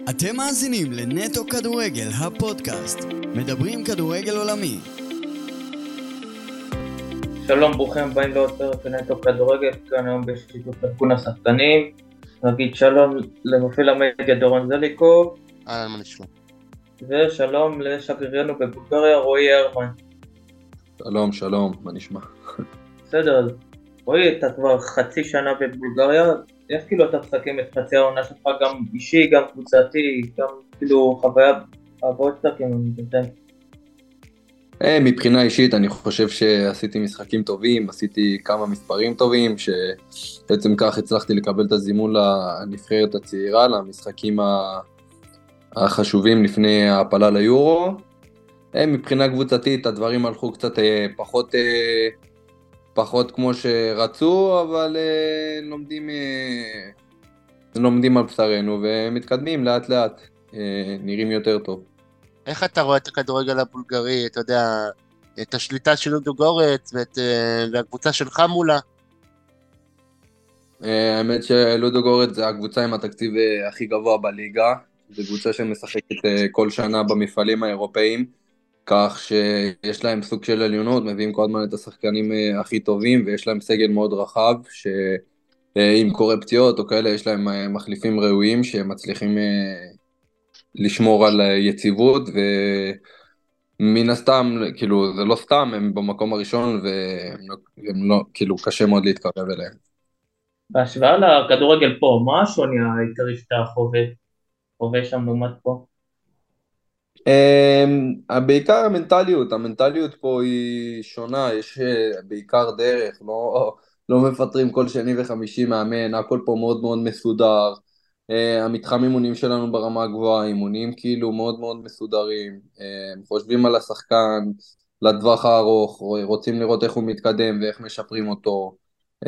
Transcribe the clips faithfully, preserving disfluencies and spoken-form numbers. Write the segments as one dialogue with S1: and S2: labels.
S1: אתם מאזינים לנטו כדורגל, הפודקאסט. מדברים כדורגל עולמי.
S2: שלום, ברוכים הבאים לעוד פרק של נטו כדורגל, כאן היום בשיתוף ארגון השחקנים. נגיד שלום למוביל המדיה דורון זליקוב.
S3: אהלן, מה נשמע?
S2: ושלום לשגרירנו בבולגריה, רועי הרמן.
S4: שלום, שלום, מה נשמע?
S2: בסדר, אז רועי, אתה כבר חצי שנה בבולגריה, איך כאילו אתה מסכם את חצי העונה שלך, גם אישי, גם קבוצתי, גם כאילו חוויה עבוד קצת, כאילו נתן.
S4: מבחינה אישית אני חושב שעשיתי משחקים טובים, עשיתי כמה מספרים טובים, שבעצם כך הצלחתי לקבל את הזימון לנבחרת הצעירה, למשחקים החשובים לפני ההעפלה ליורו. מבחינה קבוצתית הדברים הלכו קצת פחות, פחות כמו שרצו, אבל לומדים, לומדים על בשרנו ומתקדמים לאט לאט, נראים יותר טוב.
S3: איך אתה רואה את הכדורגל הבולגרי, אתה יודע, את השליטה של לודוגורץ ואת, והקבוצה שלך מולה?
S4: האמת שלודוגורץ זה הקבוצה עם התקציב הכי גבוה בליגה, זו קבוצה שמשחקת כל שנה במפעלים האירופאים, כך שיש להם סוג של עליונות, מביאים כל הזמן את השחקנים הכי טובים, ויש להם סגל מאוד רחב, שאם קורה פציעות או כאלה, יש להם מחליפים ראויים שמצליחים לשמור על יציבות, ומן הסתם, כאילו, זה לא סתם, הם במקום הראשון, והם לא, כאילו, קשה מאוד להתקרב אליהם.
S2: בהשוואה לכדורגל פה, מה השוני העיקרי שאתה חווה, חווה שם לעומת פה?
S4: בעיקר המנטליות, המנטליות פה היא שונה, יש בעיקר דרך, לא, לא מפטרים כל שני וחמישי מאמן, הכל פה מאוד מאוד מסודר, המתחם אימונים שלנו ברמה הגבוהה, אימונים כאילו מאוד מאוד מסודרים, חושבים על השחקן לטווח הארוך, רוצים לראות איך הוא מתקדם ואיך משפרים אותו,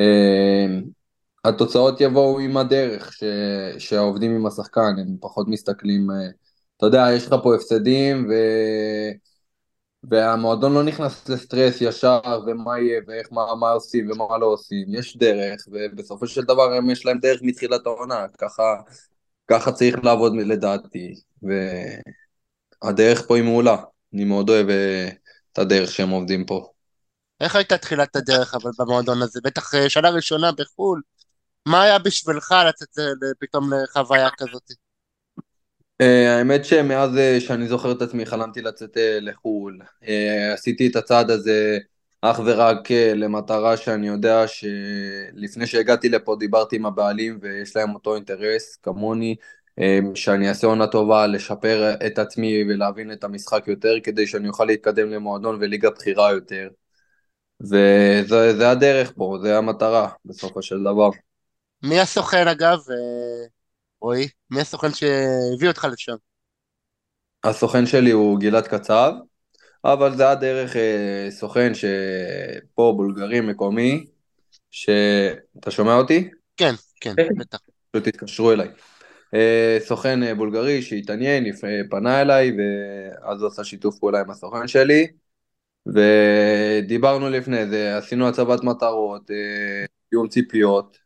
S4: התוצאות יבואו עם הדרך ש, שהעובדים עם השחקן, הם פחות מסתכלים, אתה יודע, יש לך פה הפסדים, ו... והמועדון לא נכנס לסטרס ישר, ומה יהיה, ואיך, מה, מה עושים ומה לא עושים, יש דרך, ובסופו של דבר הם יש להם דרך מתחילת העונה, ככה, ככה צריך לעבוד לדעתי, והדרך פה היא מעולה, אני מאוד אוהב את הדרך שהם עובדים פה.
S3: איך הייתה תחילת הדרך אבל במועדון הזה? בטח שנה ראשונה בחול, מה היה בשבילך לצאת פתאום לחוויה כזאת?
S4: האמת שמאז שאני זוכר את עצמי חלמתי לצאת לחול, עשיתי את הצעד הזה אך ורק למטרה שאני יודע שלפני שהגעתי לפה דיברתי עם הבעלים ויש להם אותו אינטרס כמוני, שאני אעשה עונה טובה, לשפר את עצמי ולהבין את המשחק יותר כדי שאני אוכל להתקדם למועדון וליגה בחירה יותר, וזה הדרך פה, זה המטרה בסופו של דבר.
S3: מי הסוכן אגב, רועי? מי הסוכן שהביא אותך לשם?
S4: הסוכן שלי הוא גלעד קצב, אבל זה הדרך סוכן שפה בולגרי מקומי, שאתה שומע אותי?
S3: כן, כן, בטח.
S4: פשוט תתקשרו אליי. סוכן בולגרי שהתעניין, פנה אליי, ואז הוא עשה שיתוף פעולה עם הסוכן שלי, ודיברנו לפני זה, עשינו הצבת מטרות, קיום ציפיות,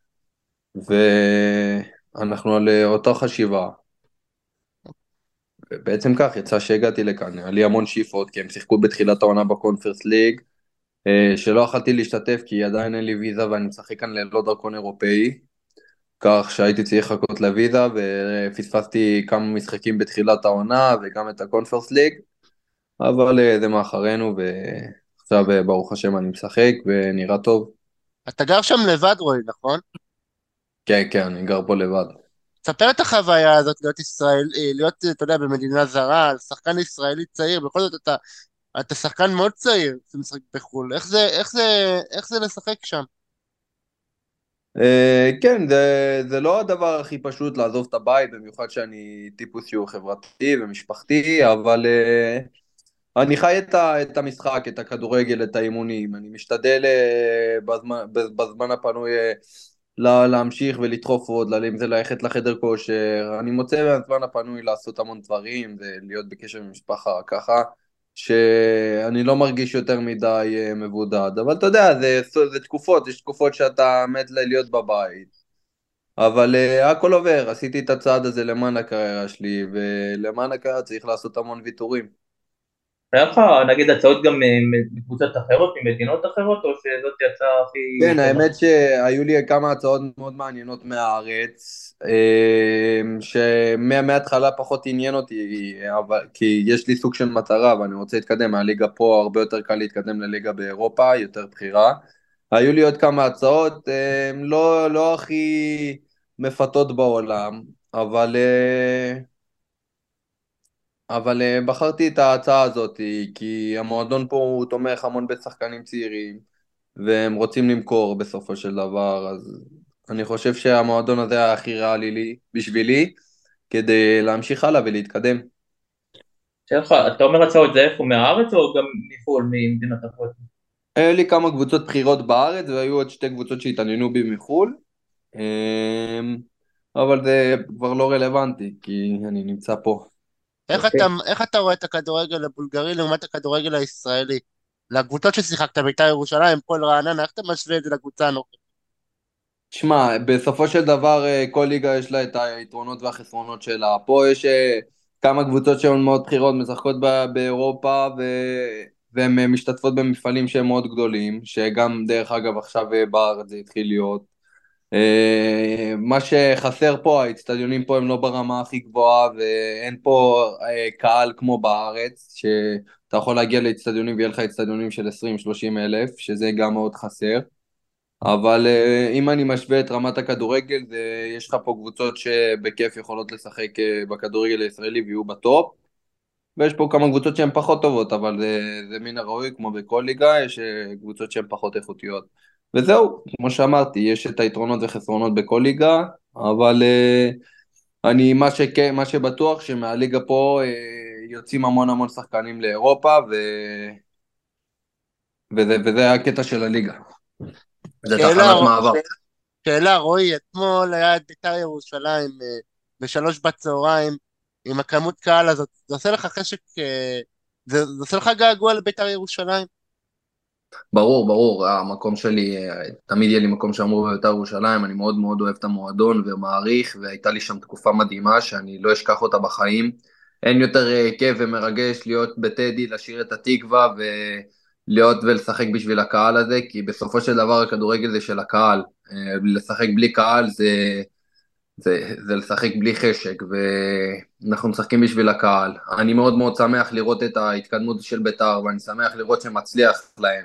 S4: ואנחנו על אותה חשיבה. ובעצם כך יצא שהגעתי לכאן, היה לי המון שאיפות, כי הם שיחקו בתחילת העונה בקונפרנס ליג, שלא יכלתי להשתתף כי עדיין אין לי ויזה ואני משחק כאן ללא דרכון אירופאי, כך שהייתי צריך לחכות לויזה ופספסתי כמה משחקים בתחילת העונה וגם את הקונפרנס ליג, אבל זה מאחרינו ועכשיו ברוך השם אני משחק ונראה טוב.
S3: אתה גר שם לבד רועי, נכון?
S4: כן, כן, אני גר פה לבד.
S3: תספר את החוויה הזאת להיות ישראל, להיות, אתה יודע, במדינה זרה, שחקן ישראלי צעיר, בכל זאת אתה, אתה שחקן מאוד צעיר, אתה משחק בחו"ל, איך זה, איך זה, איך זה לשחק שם?
S4: כן, זה, זה לא הדבר הכי פשוט לעזוב את הבית, במיוחד שאני טיפוס שהוא חברתי ומשפחתי, אבל אני חי את, ה, את המשחק, את הכדורגל, את האימונים, אני משתדל בזמן, בזמן הפנוי לה, להמשיך ולדחוף עוד, אם זה ללכת לחדר כושר, אני מוצא בזמן הפנוי לעשות המון דברים, ולהיות בקשר עם משפחה ככה, שאני לא מרגיש יותר מדי מבודד, אבל אתה יודע, זה, זה תקופות, יש תקופות שאתה מת להיות בבית, אבל uh, הכל עובר, עשיתי את הצעד הזה למען הקריירה שלי, ולמען הקריירה צריך לעשות המון ויתורים.
S2: היה לך נגיד הצעות גם מקבוצות אחרות, ממדינות אחרות, או שזאת יצאה הכי
S4: כן,
S2: טובה?
S4: האמת שהיו לי כמה הצעות מאוד מעניינות מהארץ, אמ, שמההתחלה פחות עניין אותי, אבל, כי יש לי סוג של מטרה ואני רוצה להתקדם, מהליגה פה הרבה יותר קל להתקדם לליגה באירופה, יותר בחירה. היו לי עוד כמה הצעות, אמ, לא, לא הכי מפתות בעולם, אבל, אה, אבל אה, בחרתי את ההצעה הזאת, כי המועדון פה הוא תומך המון בשחקנים צעירים. והם רוצים למכור בסופו של דבר, אז אני חושב שהמועדון הזה היה הכי ריאלי לי, בשבילי, כדי להמשיך הלאה ולהתקדם.
S2: שלך, אתה אומר הצעות זה איפה, מהארץ או גם מחו"ל, ממדינות אחרות?
S4: היו לי כמה קבוצות בחירות בארץ, והיו עוד שתי קבוצות שהתעניינו בי מחו"ל, אמ, אבל זה כבר לא רלוונטי, כי אני נמצא פה.
S3: איך
S2: אוקיי.
S3: אתה, איך אתה רואה את הכדורגל הבולגרי לעומת הכדורגל הישראלי? לקבוצות ששיחקת, בית"ר ירושלים, הפועל רעננה, איך אתה משווה את זה לקבוצה הנוכחית?
S4: תשמע, בסופו של דבר אה, כל ליגה יש לה את היתרונות והחסרונות שלה. פה יש אה, כמה קבוצות שהן מאוד בכירות, משחקות ב- באירופה ו... והן אה, משתתפות במפעלים שהם מאוד גדולים, שגם דרך אגב עכשיו אה, בארץ זה התחיל להיות. אה, מה שחסר פה, האצטדיונים פה הם לא ברמה הכי גבוהה ואין פה אה, קהל כמו בארץ, שאתה יכול להגיע לאצטדיונים ויהיה לך אצטדיונים של עשרים שלושים אלף, שזה גם מאוד חסר. אבל אה, אם אני משווה את רמת הכדורגל, זה, יש לך פה קבוצות שבכיף יכולות לשחק אה, בכדורגל הישראלי ויהיו בטופ, ויש פה כמה קבוצות שהן פחות טובות, אבל זה, זה מן הראוי, כמו בכל ליגה, יש אה, קבוצות שהן פחות איכותיות. וזהו, כמו שאמרתי, יש את היתרונות וחסרונות בכל ליגה, אבל אה, אני, מה, שכן, מה שבטוח שמהליגה פה אה, יוצאים המון המון שחקנים לאירופה, ו, וזה, וזה הקטע של הליגה. זה
S3: שאלה,
S4: תחנת מעבר.
S3: שאלה, רועי, אתמול היה את בית"ר ירושלים אה, בשלוש בצהריים, עם הכמות קהל הזאת, זה עושה לך חשק, אה, זה, זה עושה לך געגוע לבית"ר ירושלים?
S4: ברור, ברור, המקום שלי, תמיד יהיה לי מקום שאמרו בבית"ר ירושלים, אני מאוד מאוד אוהב את המועדון ומעריך, והייתה לי שם תקופה מדהימה שאני לא אשכח אותה בחיים. אין יותר אה, כיף ומרגש להיות בטדי, לשיר את התקווה ולהיות ולשחק בשביל הקהל הזה, כי בסופו של דבר הכדורגל זה של הקהל. אה, לשחק בלי קהל זה, זה, זה לשחק בלי חשק, ואנחנו משחקים בשביל הקהל. אני מאוד מאוד שמח לראות את ההתקדמות של בית"ר, ואני שמח לראות שמצליח להם.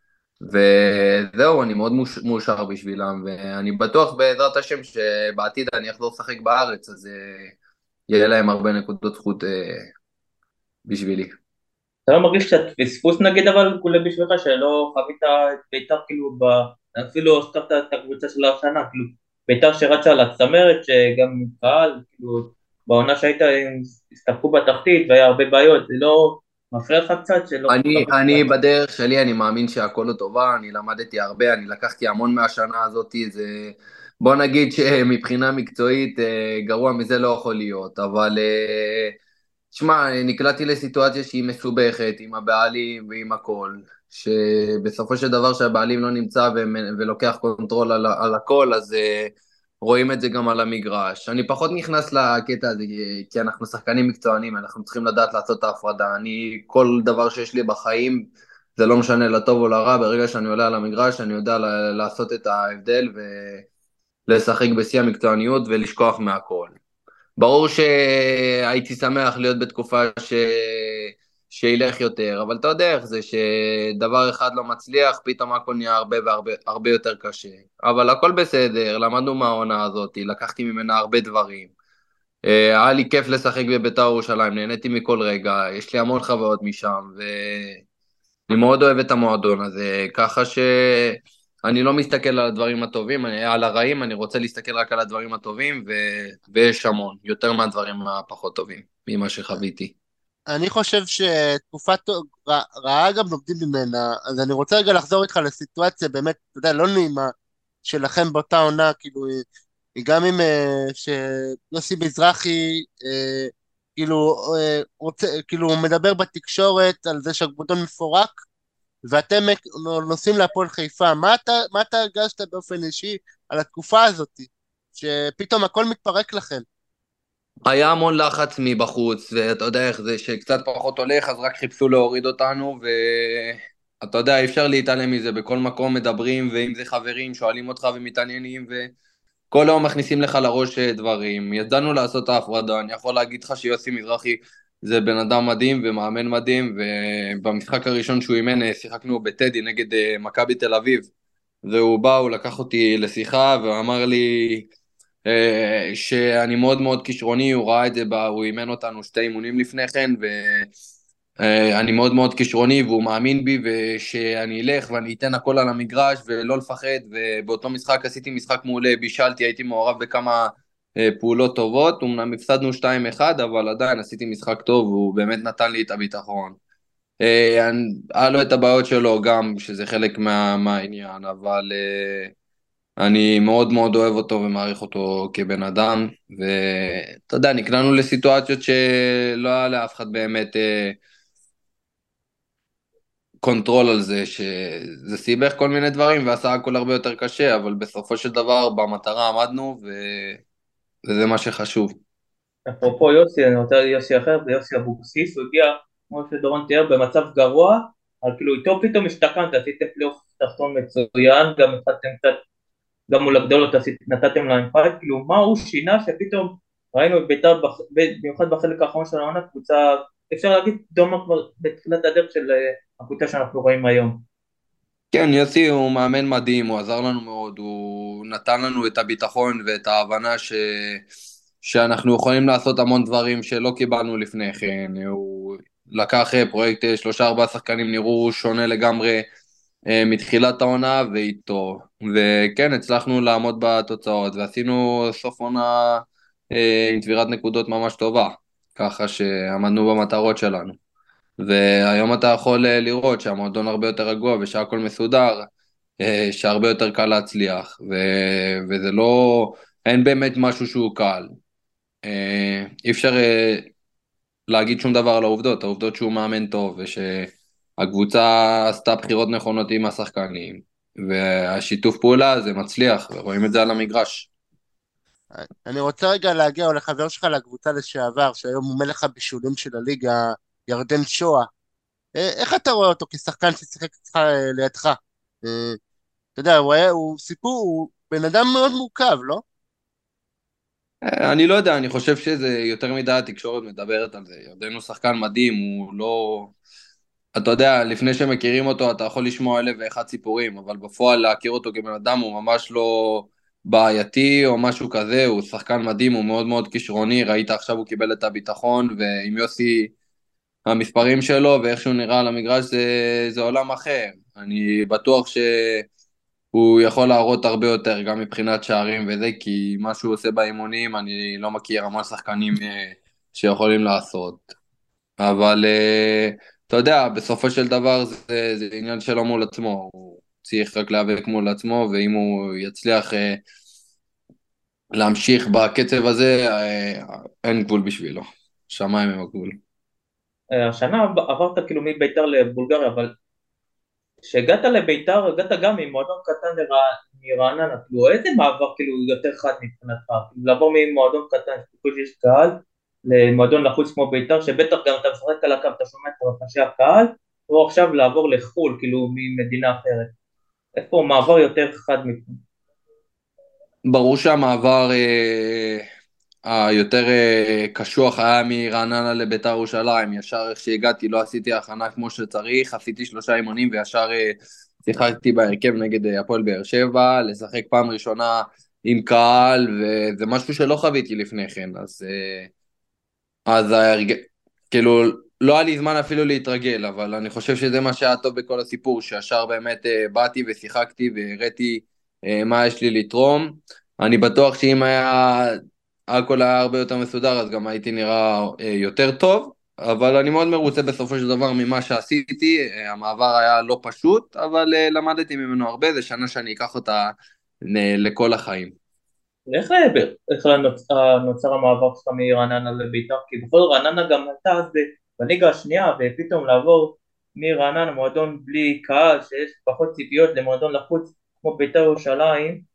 S4: וזהו, אני מאוד מאושר בשבילם, ואני בטוח בעזרת השם שבעתיד אני אחזור לשחק בארץ, אז אה, יהיה להם הרבה נקודות זכות אה, בשבילי.
S2: אתה לא מרגיש קצת פספוס נגיד אבל כולה בשבילך שלא חווית את בית"ר כאילו ב... אפילו הזכרת את הקבוצה של השנה, כאילו בית"ר שרצה על הצמרת שגם קהל, כאילו בעונה שהיית הם הסתבכו בתחתית והיה הרבה בעיות, זה לא מפריע לך קצת שלא
S4: אני,
S2: חווית
S4: אני
S2: את זה?
S4: בדרך שלי, אני מאמין שהכל לטובה, אני למדתי הרבה, אני לקחתי המון מהשנה הזאת, זה... בוא נגיד שמבחינה מקצועית אה, גרוע מזה לא יכול להיות, אבל אה, שמע, נקלעתי לסיטואציה שהיא מסובכת עם הבעלים ועם הכל, שבסופו של דבר שהבעלים לא נמצא ו- ולוקח קונטרול על, על הכל, אז uh, רואים את זה גם על המגרש. אני פחות נכנס לקטע הזה, כי אנחנו שחקנים מקצוענים, אנחנו צריכים לדעת לעשות את ההפרדה. אני, כל דבר שיש לי בחיים, זה לא משנה לטוב או לרע, ברגע שאני עולה על המגרש, אני יודע לעשות את ההבדל ולשחק בשיא המקצועניות ולשכוח מהכל. ברור שהייתי שמח להיות בתקופה ש... שילך יותר, אבל אתה יודע איך זה, שדבר אחד לא מצליח, פתאום הכל נהיה הרבה והרבה הרבה יותר קשה. אבל הכל בסדר, למדנו מהעונה הזאת, לקחתי ממנה הרבה דברים. אה, היה לי כיף לשחק בבית"ר ירושלים, נהניתי מכל רגע, יש לי המון חוויות משם, ואני מאוד אוהב את המועדון הזה, ככה ש... אני לא מסתכל על הדברים הטובים, אני, על הרעים, אני רוצה להסתכל רק על הדברים הטובים, ו, ויש המון, יותר מהדברים הפחות טובים, ממה שחוויתי.
S3: אני חושב שתקופה טוב- רע- רעה גם לומדים ממנה, אז אני רוצה רגע לחזור איתך לסיטואציה באמת, אתה יודע, לא נעימה שלכם באותה עונה, כאילו, היא, היא גם עם אה, שיוסי מזרחי, אה, כאילו, אה, רוצה, כאילו, הוא מדבר בתקשורת על זה שהקבוצון מפורק, ואתם נוסעים להפועל חיפה. מה אתה, מה אתה הרגשת באופן אישי על התקופה הזאת? שפתאום הכל מתפרק לכם?
S4: היה המון לחץ מבחוץ, ואתה יודע איך זה, שקצת פחות הולך, אז רק חיפשו להוריד אותנו, ואתה יודע, אי אפשר להתעלם מזה, בכל מקום מדברים, ואם זה חברים, שואלים אותך ומתעניינים, וכל היום מכניסים לך לראש דברים. ידענו לעשות את ההפרדה, אני יכול להגיד לך שיוסי מזרחי זה בן אדם מדהים ומאמן מדהים, ובמשחק הראשון שהוא אימן, שיחקנו בטדי נגד אה, מכבי תל אביב, והוא בא, הוא לקח אותי לשיחה, ואמר לי, אה, שאני מאוד מאוד כישרוני, הוא ראה את זה, בה, הוא אימן אותנו שתי אימונים לפני כן, ואני מאוד מאוד כישרוני, והוא מאמין בי, ושאני אלך ואני אתן הכל על המגרש, ולא לפחד, ובאותו משחק עשיתי משחק מעולה, בישלתי, הייתי מעורב בכמה אה, פעולות טובות, אמנם הפסדנו שתיים אחד, אבל עדיין עשיתי משחק טוב, והוא באמת נתן לי את הביטחון. אה, אני- היה לו את הבעיות שלו גם, שזה חלק מה, מהעניין, אבל... אה, אני מאוד מאוד אוהב אותו ומעריך אותו כבן אדם, ואתה יודע, נקלענו לסיטואציות שלא היה לאף אחד באמת אה, קונטרול על זה, שזה סיבך כל מיני דברים ועשה הכל הרבה יותר קשה, אבל בסופו של דבר במטרה עמדנו, ו... וזה מה שחשוב.
S2: אפרופו יוסי, אני רוצה יוסי אחר, זה יוסי אבוקסיס, הוא הגיע, כמו שדורון תיאר, במצב גרוע, אבל כאילו איתו פתאום השתכנת, עשיתם פלייאוף תחתון מצוין, גם התחלתם קצת, גם מול הגדולות עשית- נתתם להם פייט, כאילו מה הוא שינה שפתאום ראינו את בית"ר, בח- ב- במיוחד בחלק האחרון של העונה, קבוצה, אפשר להגיד דומה כבר בתחילת הדרך של אה, הקבוצה שאנחנו רואים היום.
S4: כן, יוסי הוא מאמן מדהים, הוא עזר לנו מאוד, הוא נתן לנו את הביטחון ואת ההבנה ש... שאנחנו יכולים לעשות המון דברים שלא קיבלנו לפני כן. הוא לקח אה, פרויקט אה, שלושה ארבעה שחקנים נראו שונה לגמרי אה, מתחילת העונה ואיתו, וכן, הצלחנו לעמוד בתוצאות ועשינו סוף עונה אה, עם צבירת נקודות ממש טובה, ככה שעמדנו במטרות שלנו. והיום אתה יכול אה, לראות שהמועדון הרבה יותר רגוע ושהכל מסודר, אה, שהרבה יותר קל להצליח, ו... וזה לא, אין באמת משהו שהוא קל. אה, אי אפשר אה, להגיד שום דבר על העובדות, העובדות שהוא מאמן טוב, ושהקבוצה עשתה בחירות נכונות עם השחקנים, והשיתוף פעולה הזה מצליח, ורואים את זה על המגרש.
S3: אני רוצה רגע להגיע או לחבר שלך לקבוצה לשעבר, שהיום הוא מלך הבישולים של הליגה, ירדן שואה. אה, איך אתה רואה אותו כשחקן ששיחק אצלך אה, לידך? אה, אתה יודע, הוא היה, הוא סיפור, הוא בן אדם מאוד מורכב, לא?
S4: אה, אני לא יודע, אני חושב שזה יותר מדי התקשורת מדברת על זה. ירדן הוא שחקן מדהים, הוא לא... אתה יודע, לפני שמכירים אותו אתה יכול לשמוע אלף ואחד סיפורים, אבל בפועל להכיר אותו כבן אדם הוא ממש לא בעייתי או משהו כזה, הוא שחקן מדהים, הוא מאוד מאוד כישרוני, ראית עכשיו הוא קיבל את הביטחון, ועם יוסי המספרים שלו ואיך שהוא נראה על המגרש זה, זה עולם אחר. אני בטוח שהוא יכול להראות הרבה יותר גם מבחינת שערים וזה, כי מה שהוא עושה באימונים אני לא מכיר המון שחקנים אה, שיכולים לעשות. אבל אה, אתה יודע, בסופו של דבר זה, זה עניין שלו מול עצמו, הוא צריך רק להיאבק מול עצמו, ואם הוא יצליח אה, להמשיך בקצב הזה, אה, אין גבול בשבילו, שמיים הם הגבול.
S2: אה, השנה עברת כאילו מבית"ר לבולגריה, אבל כשהגעת לביתר, הגעת גם ממועדון קטן לרע- מרעננה, כאילו איזה מעבר כאילו יותר חד מבחינתך, כאילו לעבור ממועדון קטן שפשוט יש קהל, למועדון לחוץ כמו ביתר, שבטח גם אתה משחק על הקו, אתה שומע את רחשי הקהל, או עכשיו לעבור לחו"ל, כאילו ממדינה אחרת, איפה מעבר יותר חד מבחינתך?
S4: ברור שהמעבר אה, היותר אה, קשוח היה מרעננה לביתר ירושלים, ישר איך שהגעתי לא עשיתי הכנה כמו שצריך, עשיתי שלושה אימונים וישר אה, שיחקתי בהרכב נגד אה, הפועל באר שבע, לשחק פעם ראשונה עם קהל, וזה משהו שלא חוויתי לפני כן, אז, אה, אז ההרג... כאילו לא היה לי זמן אפילו להתרגל, אבל אני חושב שזה מה שהיה טוב בכל הסיפור, שישר באמת אה, באתי ושיחקתי והראיתי אה, מה יש לי לתרום. אני בטוח שאם היה הכל היה הרבה יותר מסודר, אז גם הייתי נראה אה, יותר טוב, אבל אני מאוד מרוצה בסופו של דבר ממה שעשיתי, אה, המעבר היה לא פשוט, אבל אה, למדתי ממנו הרבה, זה שנה שאני אקח אותה אה, לכל החיים.
S2: איך, איך נוצ- נוצר המעבר שלך מרעננה לביתר? כי בכל זאת רעננה גם הייתה אז ב- בליגה השנייה, ופתאום לעבור מרעננה, מועדון בלי קהל, שיש פחות ציפיות למועדון לחוץ כמו ביתר ירושלים,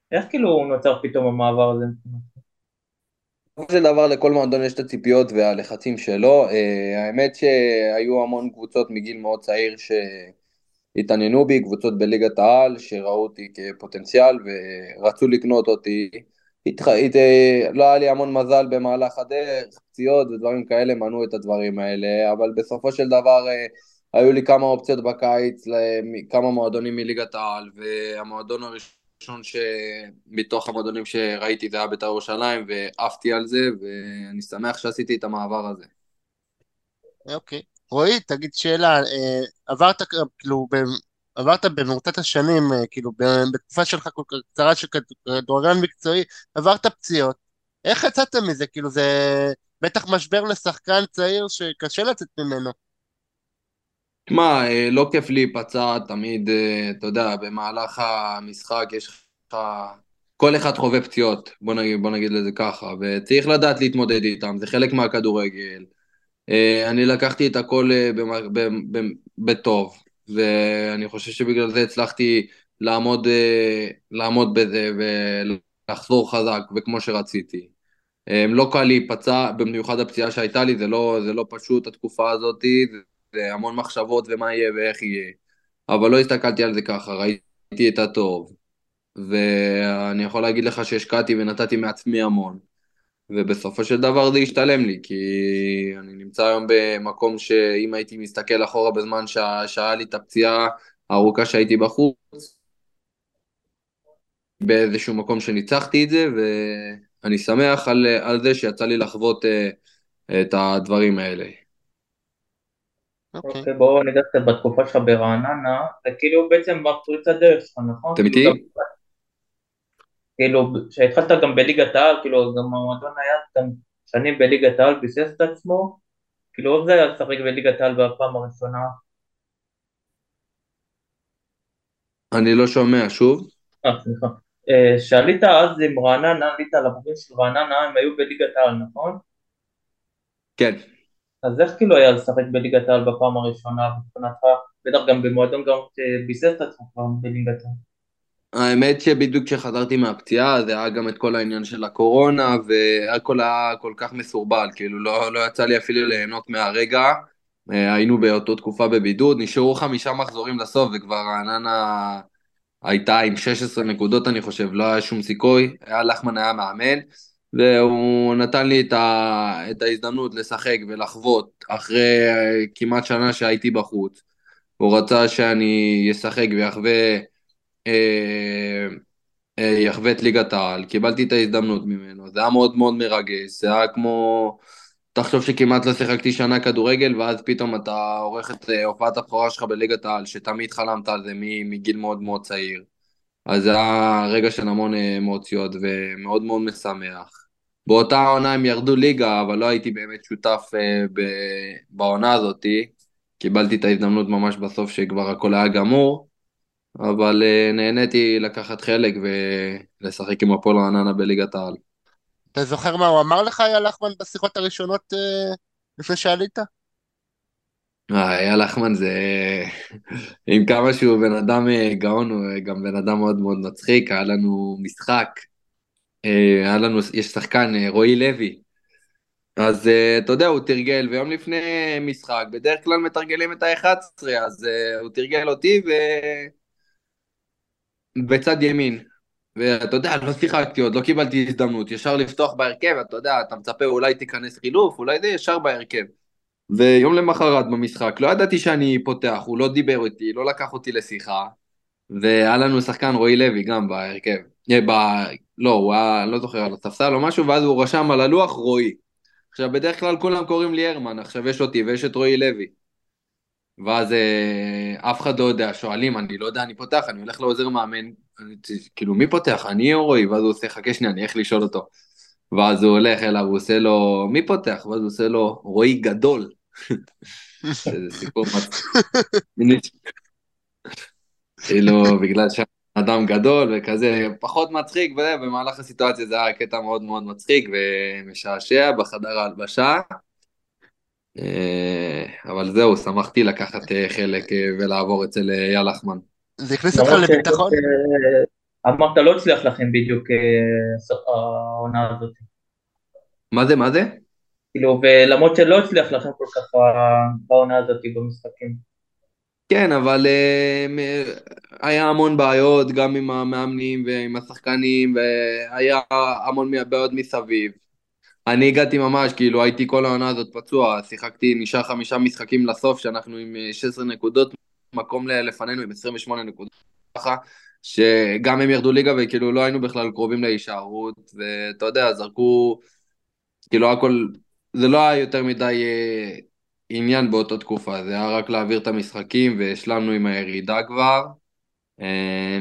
S2: איך כאילו נוצר פתאום המעבר הזה?
S4: בסופו של דבר לכל מועדון יש את הציפיות והלחצים שלו. אה, האמת שהיו המון קבוצות מגיל מאוד צעיר שהתעניינו בי, קבוצות בליגת העל שראו אותי כפוטנציאל ורצו לקנות אותי. התח... הת... לא היה לי המון מזל במהלך הדרך, פציעות ודברים כאלה מנעו את הדברים האלה, אבל בסופו של דבר אה, היו לי כמה אופציות בקיץ, כמה מועדונים מליגת העל, והמועדון הראשון שמתוך המועדונים שראיתי זה היה בית"ר ירושלים, ועפתי על זה, ואני שמח שעשיתי את המעבר הזה.
S3: אוקיי. רועי, תגיד שאלה, אה, עברת כאילו, ב- עברת במרוצת השנים, אה, כאילו, ב- בתקופה שלך כל כך קצרה של כדורגלן מקצועי, עברת פציעות. איך יצאת מזה? כאילו, זה בטח משבר לשחקן צעיר שקשה לצאת ממנו.
S4: תשמע, אה, לא כיף להיפצע תמיד, אה, אתה יודע, במהלך המשחק יש לך... כל אחד חווה פציעות, בוא נגיד, בוא נגיד לזה ככה, וצריך לדעת להתמודד איתם, זה חלק מהכדורגל. אה, אני לקחתי את הכל אה, במ- ב- ב- בטוב, ואני חושב שבגלל זה הצלחתי לעמוד, אה, לעמוד בזה ולחזור חזק וכמו שרציתי. אה, לא קל להיפצע, במיוחד הפציעה שהייתה לי, זה לא, זה לא פשוט התקופה הזאת, זה, זה המון מחשבות ומה יהיה ואיך יהיה, אבל לא הסתכלתי על זה ככה, ראיתי את הטוב, ואני יכול להגיד לך שהשקעתי ונתתי מעצמי המון. ובסופו של דבר זה ישתלם לי, כי אני נמצא היום במקום שאם הייתי מסתכל אחורה בזמן שה- שהיה לי את הפציעה הארוכה שהייתי בחוץ, באיזשהו מקום שניצחתי את זה, ואני שמח על, על זה שיצא לי לחוות אה, את הדברים האלה.
S3: אוקיי.
S2: אוקיי, בואו ניגע קצת בתקופה שלך ברעננה, זה כאילו בעצם בפריצת דרך שלך, נכון?
S4: אתם
S2: כאילו גם,
S4: איתי?
S2: כאילו, שהתחלת גם בליגת העל, כאילו גם המועדון היה גם שנים בליגת העל, ביסס את עצמו, כאילו איך זה היה לשחק בליגת העל בפעם הראשונה?
S4: אני לא שומע שוב.
S2: אה, סליחה. אה, שעלית אז עם רעננה, עלית על הבוגרים של רעננה, הם היו בליגת העל, נכון?
S4: כן.
S2: אז איך כאילו היה לשחק בליגת העל בפעם הראשונה מבחינתך, בטח גם במועדון גם שביסס את עצמו כבר בליגת העל.
S4: האמת שבדיוק כשחזרתי מהפציעה זה היה גם את כל העניין של הקורונה והכל היה כל כך מסורבל, כאילו לא, לא יצא לי אפילו ליהנות מהרגע. אה, היינו באותו תקופה בבידוד, נשארו חמישה מחזורים לסוף וכבר רעננה הייתה עם שש עשרה נקודות אני חושב, לא היה שום סיכוי, היה לחמן היה מאמן והוא נתן לי את, ה, את ההזדמנות לשחק ולחוות אחרי אה, כמעט שנה שהייתי בחוץ. הוא רצה שאני אשחק ויחווה אה, אה, יחווה את ליגת העל, קיבלתי את ההזדמנות ממנו, זה היה מאוד מאוד מרגש, זה היה כמו, תחשוב שכמעט לא שיחקתי שנה כדורגל, ואז פתאום אתה עורך את אה, הופעת הבכורה שלך בליגת העל, שתמיד חלמת על זה מגיל מאוד מאוד צעיר, אז זה היה רגע של המון אמוציות ומאוד מאוד משמח. באותה עונה הם ירדו ליגה, אבל לא הייתי באמת שותף אה, ב- בעונה הזאתי, קיבלתי את ההזדמנות ממש בסוף שכבר הכל היה גמור, אבל uh, נהניתי לקחת חלק ולשחק עם הפועל רעננה בליגת העל.
S3: אתה זוכר מה הוא אמר לך, אייל לחמן, בשיחות הראשונות אה, לפני שעלית?
S4: אה, אייל לחמן זה, עם כמה שהוא בן אדם אה, גאון, הוא אה, גם בן אדם מאוד מאוד מצחיק, היה לנו משחק, אה, היה לנו, יש שחקן, אה, רועי לוי, אז אה, אתה יודע, הוא תרגל, ויום לפני משחק, בדרך כלל מתרגלים את ה-אחד עשר, אז אה, הוא תרגל אותי ו... בצד ימין. ואתה יודע, לא שיחקתי עוד, לא קיבלתי הזדמנות, ישר לפתוח בהרכב, אתה יודע, אתה מצפה אולי תיכנס חילוף, אולי זה ישר בהרכב. ויום למחרת במשחק, לא ידעתי שאני פותח, הוא לא דיבר איתי, לא לקח אותי לשיחה, והיה לנו שחקן רועי לוי גם בהרכב. אה, ב... לא, הוא היה, לא זוכר, על הספסל או משהו, ואז הוא רשם על הלוח רועי. עכשיו, בדרך כלל כולם קוראים לי הרמן, עכשיו יש אותי ויש את רועי לוי. ואז אה, אף אחד לא יודע, שואלים, אני לא יודע, אני פותח, אני הולך לעוזר מאמן, אני, כאילו מי פותח, אני או רועי? ואז הוא עושה, חכה שנייה, אני איך לשאול אותו. ואז הוא הולך אליו, הוא עושה לו, מי פותח? ואז הוא עושה לו, רועי גדול. שזה סיפור מצחיק. כאילו, בגלל שאני אדם גדול וכזה, פחות מצחיק, ובמהלך הסיטואציה זה היה קטע מאוד מאוד מצחיק ומשעשע בחדר ההלבשה. אה, אבל זהו, שמחתי לקחת אה, חלק אה, ולעבור אצל אה, אייל לחמן.
S3: זה הכניס אותך
S2: למרות שיש עוד,
S3: לביטחון?
S2: אה, אמרת לא הצליח לכם בדיוק אה, ס- העונה הזאת,
S4: מה זה, מה זה?
S2: כאילו, ולמרות שלא הצליח לכם כל כך ב- בעונה הזאת במשחקים.
S4: כן, אבל אה, מ- היה המון בעיות, גם עם המאמנים ועם השחקנים, והיה המון בעיות מסביב. אני הגעתי ממש, כאילו הייתי כל העונה הזאת פצוע, שיחקתי, נשאר חמישה משחקים לסוף, שאנחנו עם אה, שש עשרה נקודות, מקום ל- לפנינו עם עשרים ושמונה נקודות, ככה, שגם הם ירדו ליגה וכאילו לא היינו בכלל קרובים להישארות, ואתה יודע, זרקו, כאילו הכל, זה לא היה יותר מדי אה, עניין באותה תקופה, זה היה רק להעביר את המשחקים, והשלמנו עם הירידה כבר, אה,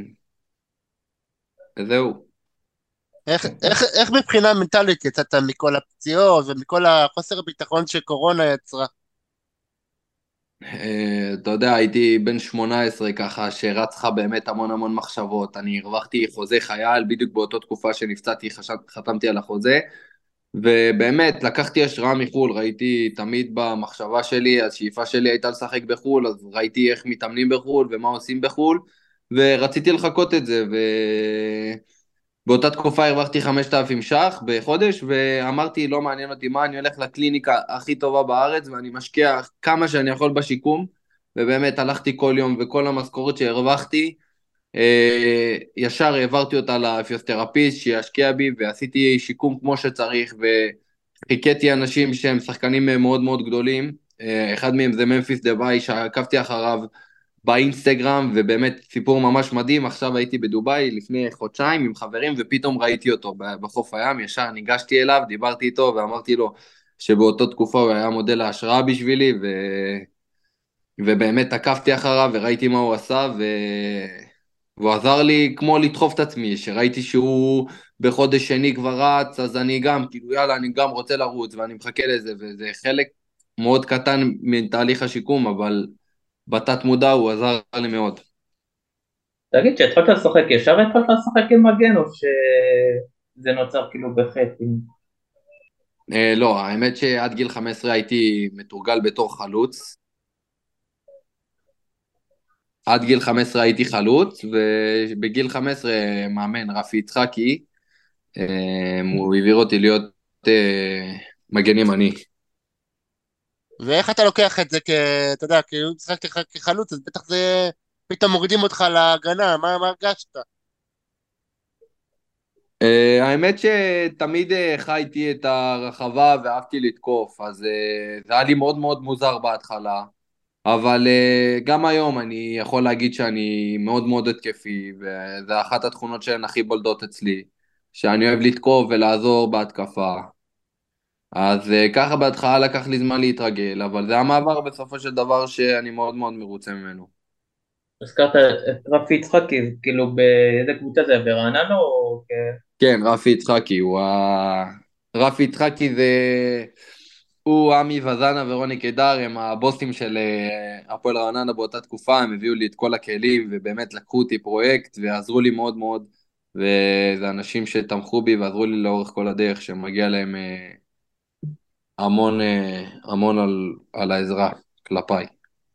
S4: וזהו.
S3: איך, איך, איך מבחינה מנטלית יצאת מכל הפציעות ומכל החוסר הביטחון שקורונה יצרה?
S4: אה, אתה יודע, הייתי בן שמונה עשרה ככה, שרץ לך באמת המון המון מחשבות. אני הרווחתי חוזה חייל, בדיוק באותה תקופה שנפצעתי, חשב, חתמתי על החוזה, ובאמת, לקחתי השראה מחו"ל, ראיתי תמיד במחשבה שלי, השאיפה שלי הייתה לשחק בחו"ל, אז ראיתי איך מתאמנים בחו"ל ומה עושים בחו"ל, ורציתי לחקות את זה, באותה תקופה הרווחתי חמשת אלפים ש"ח בחודש, ואמרתי, לא מעניין אותי מה, אני הולך לקליניקה הכי טובה בארץ, ואני משקיע כמה שאני יכול בשיקום, ובאמת הלכתי כל יום, וכל המשכורת שהרווחתי, אה, ישר העברתי אותה לפיזיותרפיסט שישקיע בי, ועשיתי שיקום כמו שצריך, וחיכיתי אנשים שהם שחקנים מאוד מאוד גדולים, אה, אחד מהם זה ממפיס דבאי, שעקבתי אחריו, באינסטגרם, ובאמת סיפור ממש מדהים. עכשיו הייתי בדובאי לפני חודשיים עם חברים, ופתאום ראיתי אותו בחוף הים, ישר ניגשתי אליו, דיברתי איתו ואמרתי לו שבאותו תקופה הוא היה מודל ההשראה בשבילי, ו... ובאמת עקבתי אחריו וראיתי מה הוא עשה, ו... והוא עזר לי כמו לדחוף את עצמי, שראיתי שהוא בחודש שני כבר רץ, אז אני גם, כאילו יאללה, אני גם רוצה לרוץ, ואני מחכה לזה, וזה חלק מאוד קטן מתהליך השיקום, אבל בתת מודע הוא עזר לי מאוד.
S2: תגיד, כשהתחלת לשחק, ישר התחלת לשחק עם מגן, או שזה נוצר כאילו בחטא?
S4: אה, לא, האמת שעד גיל חמש עשרה הייתי מתורגל בתור חלוץ. עד גיל חמש עשרה הייתי חלוץ, ובגיל חמש עשרה מאמן רפי יצחקי, אה, הוא העביר אותי להיות אה, מגן ימני.
S3: ואיך אתה לוקח את זה כ... אתה יודע, כאילו שיחקתי לך כחלוץ, אז בטח זה... פתאום מורידים אותך להגנה, מה, מה הרגשת?
S4: אה, האמת שתמיד אה, חייתי את הרחבה ואהבתי לתקוף, אז אה, זה היה לי מאוד מאוד מוזר בהתחלה. אבל uh, גם היום אני יכול להגיד שאני מאוד מאוד התקפי, וזו אחת התכונות שהן הכי בולדות אצלי, שאני אוהב לתקוף ולעזור בהתקפה. אז uh, ככה בהתחלה לקח לי זמן להתרגל, אבל זה המעבר בסופו של דבר שאני מאוד מאוד מרוצה ממנו.
S2: הזכרת את את רפי יצחקי, כאילו באיזה קבוצה זה, ברעננה או...
S4: כן, רפי יצחקי, הוא ה... רפי יצחקי זה... הוא, עמי וזנה ורוני קידר, הם הבוסים של אה, הפועל רעננה באותה תקופה, הם הביאו לי את כל הכלים, ובאמת לקחו אותי פרויקט, ועזרו לי מאוד מאוד, וזה אנשים שתמכו בי ועזרו לי לאורך כל הדרך, שמגיע להם אה, המון, אה, המון על, על העזרה כלפיי.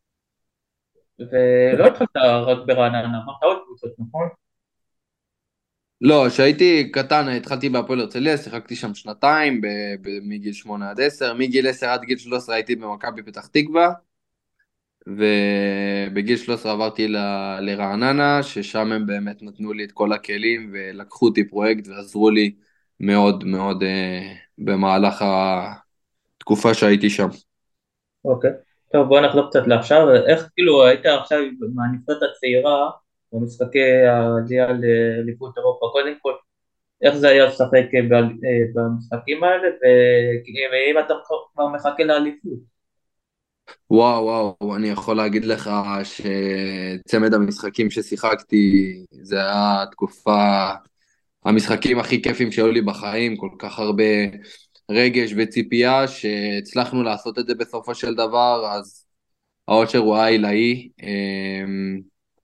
S2: ולא התחלת רק ברעננה, עברת עוד קבוצות, נכון?
S4: לא, כשהייתי קטן התחלתי בהפועל הרצליה, שיחקתי שם שנתיים, ב- ב- מגיל שמונה עד עשר, מגיל עשר עד גיל שלוש עשרה הייתי במכבי פתח תקווה, ובגיל שלוש עשרה עברתי ל- לרעננה, ששם הם באמת נתנו לי את כל הכלים ולקחו אותי פרויקט ועזרו לי מאוד מאוד אה, במהלך התקופה שהייתי שם.
S2: אוקיי. טוב, בוא נחזור קצת לעכשיו. איך כאילו היית עכשיו מהנבחרת הצעירה במשחקי העלייה לאליפות אירופה? קודם כל, איך זה היה לשחק ב- אה, במשחקים האלה, ו- ואם אתה כבר מחכה לאליפות?
S4: וואו וואו, אני יכול להגיד לך שצמד המשחקים ששיחקתי זה היה תקופה, המשחקים הכי כיפים שהיו לי בחיים, כל כך הרבה רגש וציפייה שהצלחנו לעשות את זה בסופו של דבר, אז האושר הוא היה עילאי. אמ,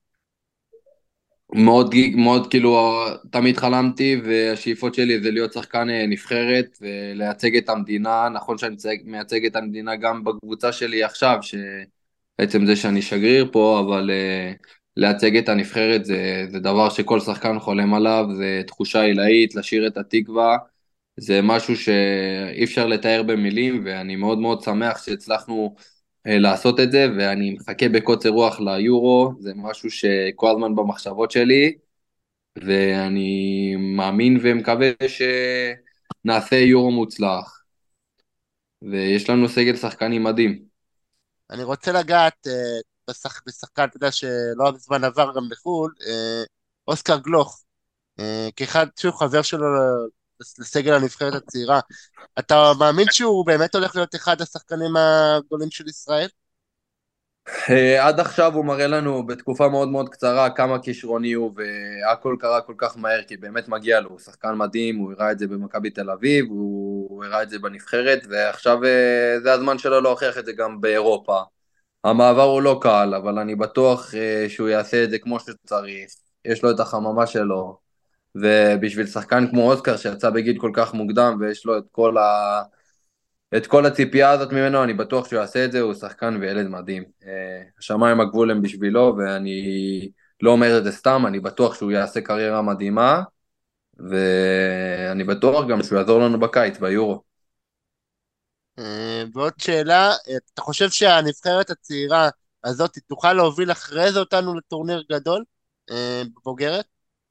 S4: מאוד, גיג- מאוד כאילו, תמיד חלמתי, והשאיפות שלי זה להיות שחקן אה, נבחרת ולייצג את המדינה. נכון שאני מייצג מייצג את המדינה גם בקבוצה שלי עכשיו, שבעצם זה שאני שגריר פה, אבל uh, לייצג את הנבחרת זה, זה דבר שכל שחקן חולם עליו, זה תחושה עילאית, לשיר את התקווה, זה משהו שאי אפשר לתאר במילים, ואני מאוד מאוד שמח שהצלחנו אה, לעשות את זה, ואני מחכה בקוצר רוח ליורו, זה משהו שכל הזמן במחשבות שלי, ואני מאמין ומקווה שנעשה יורו מוצלח, ויש לנו סגל שחקנים מדהים.
S3: אני רוצה לגעת אה, בשח, בשחקן, אתה יודע, שלא מזמן עבר גם לחו"ל, אה, אוסקר גלוך, אה, כאחד שהוא חבר שלו לסגל הנבחרת הצעירה. אתה מאמין שהוא באמת הולך להיות אחד השחקנים הגדולים של ישראל?
S4: אה, עד עכשיו הוא מראה לנו בתקופה מאוד מאוד קצרה כמה כישרוני הוא, והכל קרה כל כך מהר, כי באמת מגיע לו, הוא שחקן מדהים, הוא הראה את זה במכבי תל אביב, הוא הראה את זה בנבחרת, ועכשיו אה, זה הזמן שלו להוכיח את זה גם באירופה. המעבר הוא לא קל, אבל אני בטוח אה, שהוא יעשה את זה כמו שצריך, יש לו את החממה שלו, ובשביל שחקן כמו אוסקר שיצא בגיל כל כך מוקדם, ויש לו את כל ה... את כל הציפייה הזאת ממנו, אני בטוח שהוא יעשה את זה, הוא שחקן וילד מדהים. אה, השמיים הגבול הם בשבילו, ואני לא אומר את זה סתם, אני בטוח שהוא יעשה קריירה מדהימה, ואני בטוח גם שהוא יעזור לנו בקיץ, ביורו.
S3: אה, ועוד שאלה, אה, אתה חושב שהנבחרת הצעירה הזאת תוכל להוביל אחרי זה אותנו לטורניר גדול אה, בבוגרת?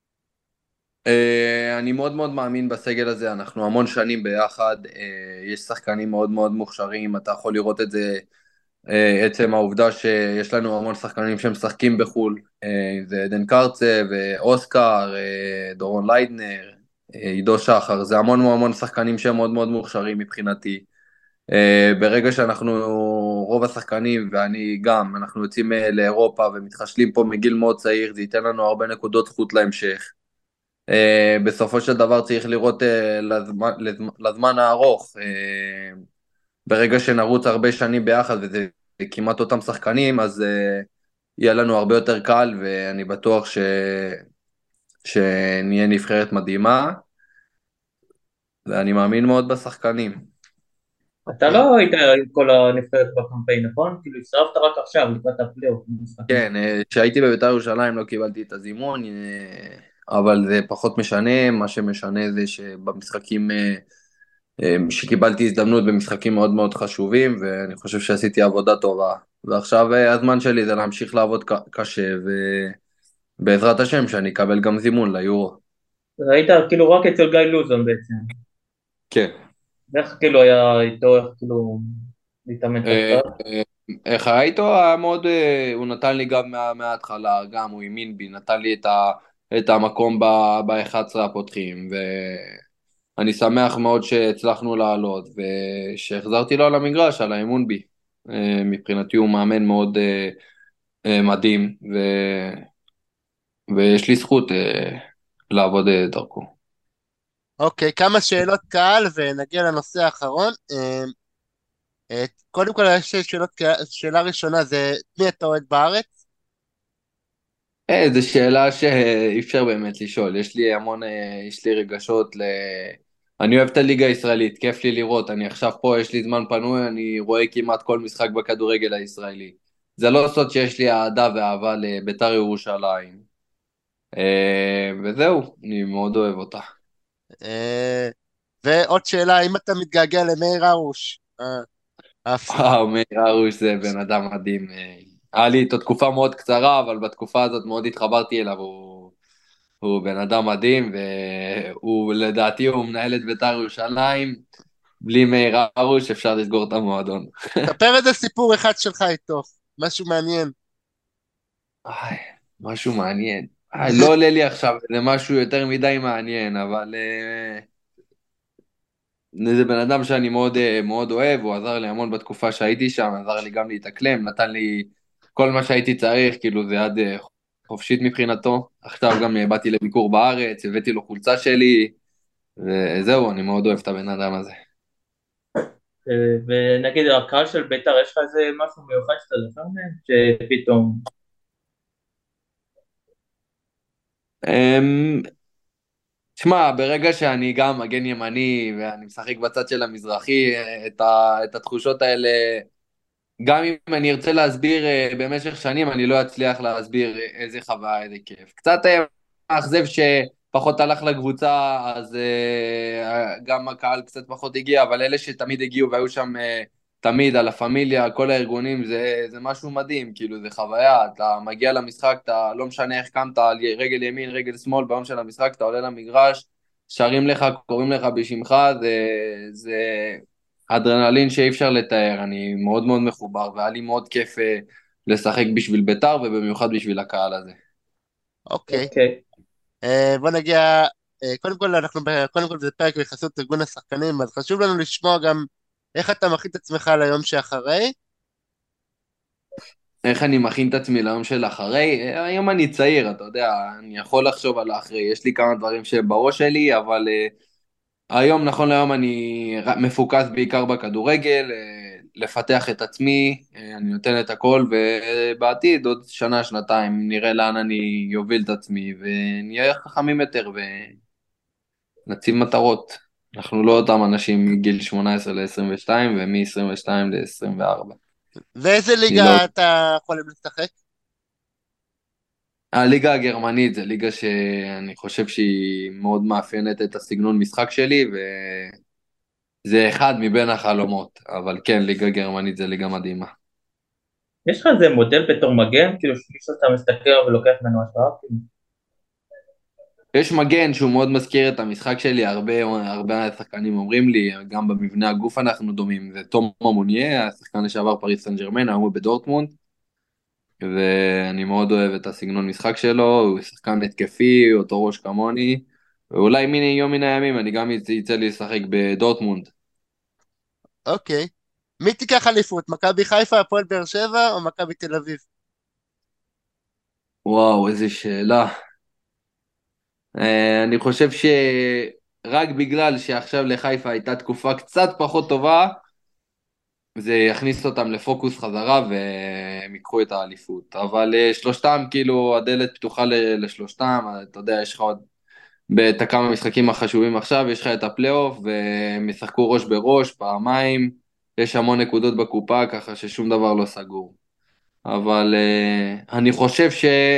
S4: אה, אני מאוד מאוד מאמין בסגל הזה, אנחנו המון שנים ביחד, אה, יש שחקנים מאוד מאוד מוכשרים, אתה יכול לראות את זה, אה, עצם העובדה שיש לנו המון שחקנים שמשחקים בחו"ל, אה, זה עדן קרצה ואוסקר, אה, דורון ליידנר, אה, עידו שחר, זה המון המון שחקנים שהם מאוד מאוד מוכשרים מבחינתי. אה, ברגע שאנחנו, רוב השחקנים ואני גם, אנחנו יוצאים אה, לאירופה ומתחשלים פה מגיל מאוד צעיר, זה ייתן לנו הרבה נקודות זכות להמשך. אה, בסופו של דבר צריך לראות אה, לזמן, לזמן הארוך, אה, ברגע שנרוץ הרבה שנים ביחד וזה כמעט אותם שחקנים, אז uh, יהיה לנו הרבה יותר קל, ואני בטוח ש... שנהיה נבחרת מדהימה, ואני מאמין מאוד בשחקנים.
S2: אתה
S3: אוקיי.
S2: לא היית עם כל הנבחרת בקמפיין, נכון? כאילו הצטרפת רק עכשיו, לקראת הפלייאוף. במשחקים.
S4: כן, אה, כשהייתי בבית"ר ירושלים לא קיבלתי את הזימון, אה, אבל זה פחות משנה, מה שמשנה זה שבמשחקים, אה, אה, שקיבלתי הזדמנות במשחקים מאוד מאוד חשובים, ואני חושב שעשיתי עבודה טובה. ועכשיו אה, הזמן שלי זה להמשיך לעבוד ק- קשה, ובעזרת השם שאני אקבל גם זימון ליורו.
S2: היית כאילו רק אצל גיא לוזון בעצם.
S4: כן.
S2: איך כאילו היה איתו, איך כאילו להתאמן את
S4: אה,
S2: הקצת?
S4: אה, איך היה איתו? היה מאוד, אה, הוא נתן לי גם מה- מההתחלה, גם הוא האמין בי, נתן לי את ה- את המקום ב-אחד עשר הפותחים, ואני שמח מאוד שהצלחנו לעלות, ושהחזרתי לו על המגרש, על האמון בי. אה, מבחינתי הוא מאמן מאוד אה, אה, מדהים, ו... ויש לי זכות אה, לעבוד אה, דרכו.
S3: אוקיי, כמה שאלות קהל ונגיע לנושא האחרון. אה, אה, קודם כל, יש לי שאלות, קהל- שאלה ראשונה זה, את מי אתה אוהד בארץ?
S4: אה, זו שאלה שאי אפשר באמת לשאול, יש לי המון, אה, יש לי רגשות ל... אני אוהב את הליגה הישראלית, כיף לי לראות, אני עכשיו פה, יש לי זמן פנוי, אני רואה כמעט כל משחק בכדורגל הישראלי. זה לא סוד שיש לי אהדה ואהבה לבית"ר ירושלים. אה, וזהו, אני מאוד אוהב אותה.
S3: אה, ועוד שאלה, האם אתה מתגעגע למאיר הרוש? אה, האפס-
S4: וואו, מאיר הרוש זה בן אדם מדהים. אה, היה לי איתו תקופה מאוד קצרה, אבל בתקופה הזאת מאוד התחברתי אליו, הוא... הוא בן אדם מדהים, והוא לדעתי הוא מנהל את בית"ר ירושלים, בלי מאיר הרוש אפשר לסגור את המועדון.
S3: ספר איזה סיפור אחד שלך איתו, משהו מעניין.
S4: איי, משהו מעניין. איי, לא עולה לי עכשיו, זה משהו יותר מדי מעניין, אבל אה, זה בן אדם שאני מאוד, אה, מאוד אוהב, הוא עזר לי המון בתקופה שהייתי שם, עזר לי גם להתאקלם, נתן לי כל מה שהייתי צריך, כאילו זה יד אה, חופשית מבחינתו. עכשיו גם אה, באתי לביקור בארץ, הבאתי לו חולצה שלי, וזהו, אני מאוד אוהב את הבן אדם הזה.
S2: אה, ונגיד הקהל של בית"ר, יש לך איזה משהו מיוחד שאתה זוכר מהם? שפתאום...
S4: אמ, תשמע, ברגע שאני גם מגן ימני ואני משחק בצד של המזרחי, את, ה, את התחושות האלה גם אם אני ארצה להסביר אה, במשך שנים, אני לא אצליח להסביר איזה חוויה, איזה כיף. קצת אה, מאכזב שפחות הלך לקבוצה, אז אה, גם הקהל קצת פחות הגיע, אבל אלה שתמיד הגיעו והיו שם אה, תמיד על הפמיליה, כל הארגונים, זה, זה משהו מדהים, כאילו זה חוויה, אתה מגיע למשחק, אתה לא משנה איך קמת, על רגל ימין, רגל שמאל, ביום של המשחק, אתה עולה למגרש, שרים לך, קוראים לך בשמך, זה... זה אדרנלין שאי אפשר לתאר, אני מאוד מאוד מחובר, והיה לי מאוד כיף אה, לשחק בשביל בית"ר, ובמיוחד בשביל הקהל הזה.
S3: אוקיי.
S2: אוקיי.
S3: אה, בוא נגיע, אה, קודם כל אנחנו, ב- קודם כל זה פרק בחסות ארגון השחקנים, אז חשוב לנו לשמוע גם איך אתה מכין את עצמך ליום שאחרי.
S4: איך אני מכין את עצמי ליום של אחרי? אה, היום אני צעיר, אתה יודע, אני יכול לחשוב על האחרי, יש לי כמה דברים שבראש שלי, אבל אה, היום, נכון להיום, אני ר- מפוקס בעיקר בכדורגל, אה, לפתח את עצמי, אה, אני נותן את הכל, ובעתיד, עוד שנה, שנתיים, נראה לאן אני יוביל את עצמי, ונהיה חכמים יותר, נציב מטרות. אנחנו לא אותם אנשים מגיל שמונה עשרה ל-עשרים ושתיים ומ-עשרים ושתיים ל-עשרים וארבע.
S3: ואיזה
S4: אני לא...
S3: ליגה אתה יכול לשחק?
S4: הליגה הגרמנית זה ליגה שאני חושב שהיא מאוד מאפיינת את הסגנון משחק שלי, וזה אחד מבין החלומות, אבל כן, ליגה גרמנית זה ליגה מדהימה.
S2: יש לך איזה מודל בתור מגן, כאילו שמישהו שאתה מסתכל ולוקח ממנו השראה? כאילו?
S4: יש מגן שהוא מאוד מזכיר את המשחק שלי, הרבה, הרבה שחקנים אומרים לי, גם במבנה הגוף אנחנו דומים, זה תום מוניה, השחקן לשעבר פריס סן ז'רמן, היום הוא בדורטמונד, ואני מאוד אוהב את הסגנון משחק שלו, הוא שחקן התקפי, אותו ראש כמוני, ואולי מיני יום מן הימים אני גם יצא לי לשחק בדורטמונד.
S3: אוקיי. מי תיקח אליפות? מכבי חיפה, הפועל באר שבע או מכבי תל אביב?
S4: וואו, איזה שאלה. אה, אני חושב שרק בגלל שעכשיו לחיפה הייתה תקופה קצת פחות טובה, זה יכניס אותם לפוקוס חזרה והם ייקחו את האליפות. אבל אה, שלושתם, כאילו, הדלת פתוחה ל- לשלושתם, אתה יודע, יש לך עוד את הכמה משחקים החשובים עכשיו, יש לך את הפלייאוף, והם ישחקו ראש בראש, פעמיים, יש המון נקודות בקופה, ככה ששום דבר לא סגור. אבל uh, אני חושב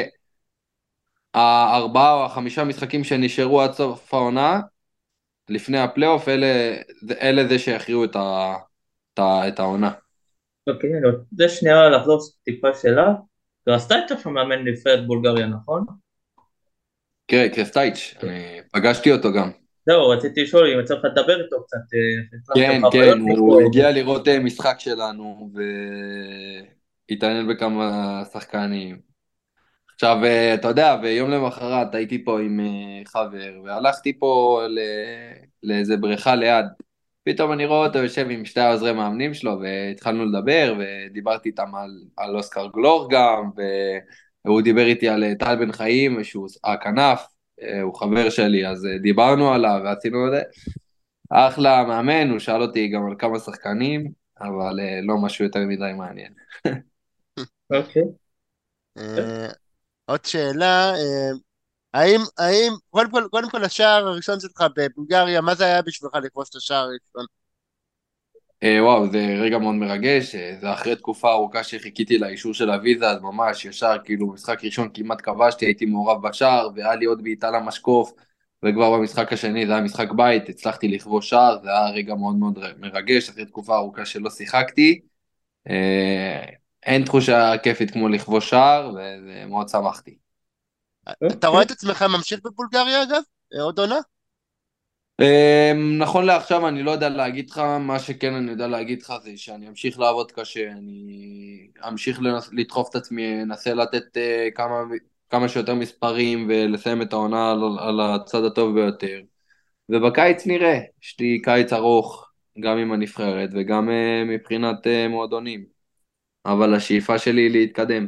S4: שהארבעה או החמישה משחקים שנשארו עד סוף העונה, לפני הפלייאוף, אלה, אלה זה שיכריעו את, ה, את, ה, את העונה.
S2: אוקיי, אני רוצה שנייה לחזור טיפה שאלה. קרסטייץ' עכשיו מאמן נבחרת בולגריה, נכון?
S4: כן, קרסטייץ', אני פגשתי אותו גם.
S2: זהו, רציתי לשאול אם יצא לך לדבר איתו קצת, אה,
S4: כן,
S2: הצלחתם
S4: כן,
S2: חוויות
S4: הוא
S2: איתו.
S4: הגיע לראות אה, משחק שלנו, והתעניין בכמה שחקנים. עכשיו, אה, אתה יודע, ביום למחרת הייתי פה עם אה, חבר, והלכתי פה ל- לאיזה בריכה ליד. פתאום אני רואה אותו יושב עם שתי העוזרי מאמנים שלו, והתחלנו לדבר, ודיברתי איתם על, על אוסקר גלור גם, והוא דיבר איתי על אה, טל בן חיים, שהוא הכנף, אה, הוא חבר שלי, אז אה, דיברנו עליו, ועשינו את זה. אחלה מאמן, הוא שאל אותי גם על כמה שחקנים, אבל אה, לא משהו יותר מדי מעניין.
S2: אוקיי.
S3: אה, עוד שאלה, אה, האם, האם, קודם כל, קודם כל השער הראשון שלך בבולגריה, מה זה היה בשבילך לכבוש את השער הראשון?
S4: אה, וואו, זה רגע מאוד מרגש, אה, זה אחרי תקופה ארוכה שחיכיתי לאישור של הוויזה, אז ממש ישר, כאילו, משחק ראשון כמעט כבשתי, הייתי מעורב בשער, והיה לי עוד בעיטה למשקוף, וכבר במשחק השני, זה היה משחק בית, הצלחתי לכבוש שער, זה היה רגע מאוד מאוד מרגש, אחרי תקופה ארוכה שלא שיחקתי, אה, אין תחושה כיפית כמו לכבוש שער, ומאוד שמחתי.
S3: אתה רואה את עצמך ממשיך בבולגריה אגב? אה, עוד עונה?
S4: אמ, נכון לעכשיו אני לא יודע להגיד לך, מה שכן אני יודע להגיד לך זה שאני אמשיך לעבוד קשה, אני אמשיך לנס, לדחוף את עצמי, אנסה לתת uh, כמה, כמה שיותר מספרים ולסיים את העונה על, על הצד הטוב ביותר, ובקיץ נראה, יש לי קיץ ארוך גם עם הנבחרת וגם uh, מבחינת uh, מועדונים, אבל השאיפה שלי היא להתקדם.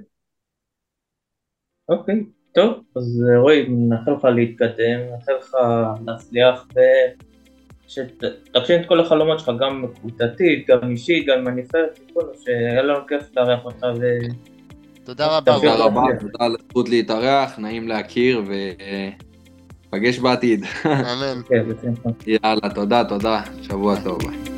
S2: אוקיי, טוב, אז אה, רועי, נאחל לך להתקדם, נאחל לך להצליח, ושתגשים את כל החלומות שלך, גם קבוצתית, גם אישית, גם עם הנבחרת, שהיה לנו כיף לארח אותך ו...
S3: תודה רבה.
S2: תמשיך.
S4: תודה רבה, תודה על הזכות להתארח, נעים להכיר ופגש בעתיד.
S3: אמן.
S2: כן, בשמחה.
S4: יאללה, תודה, תודה, שבוע טוב.